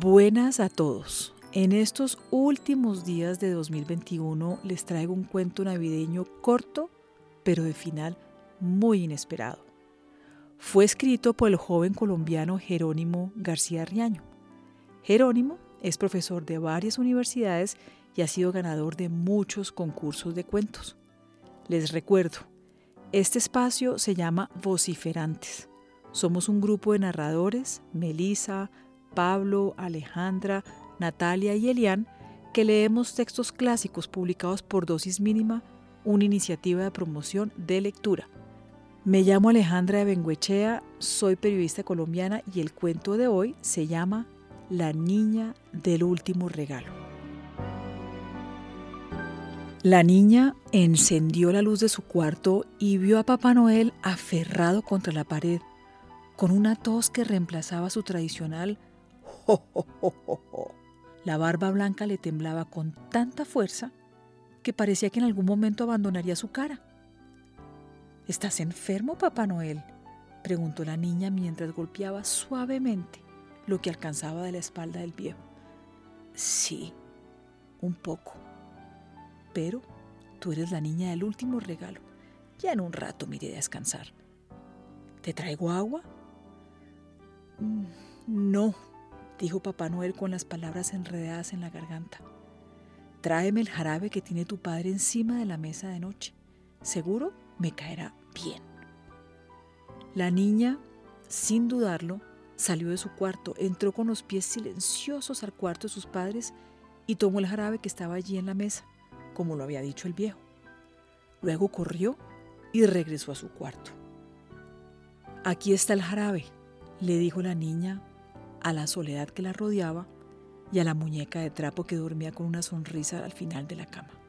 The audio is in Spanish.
Buenas a todos. En estos últimos días de 2021 les traigo un cuento navideño corto, pero de final muy inesperado. Fue escrito por el joven colombiano Jerónimo García Riaño. Jerónimo es profesor de varias universidades y ha sido ganador de muchos concursos de cuentos. Les recuerdo, este espacio se llama Vociferantes. Somos un grupo de narradores, Melissa, Pablo, Alejandra, Natalia y Elian, que leemos textos clásicos publicados por Dosis Mínima, una iniciativa de promoción de lectura. Me llamo Alejandra de Bengoechea, soy periodista colombiana y el cuento de hoy se llama La niña del último regalo. La niña encendió la luz de su cuarto y vio a Papá Noel aferrado contra la pared, con una tos que reemplazaba su tradicional «jo, jo, jo, jo, jo». La barba blanca le temblaba con tanta fuerza que parecía que en algún momento abandonaría su cara. «¿Estás enfermo, Papá Noel?», preguntó la niña mientras golpeaba suavemente lo que alcanzaba de la espalda del viejo. «Sí, un poco. Pero tú eres la niña del último regalo. Ya en un rato me iré a descansar. ¿Te traigo agua?» «No», dijo Papá Noel con las palabras enredadas en la garganta. «Tráeme el jarabe que tiene tu padre encima de la mesa de noche. Seguro me caerá bien». La niña, sin dudarlo, salió de su cuarto, entró con los pies silenciosos al cuarto de sus padres y tomó el jarabe que estaba allí en la mesa, como lo había dicho el viejo. Luego corrió y regresó a su cuarto. «Aquí está el jarabe», le dijo la niña a la soledad que la rodeaba y a la muñeca de trapo que dormía con una sonrisa al final de la cama.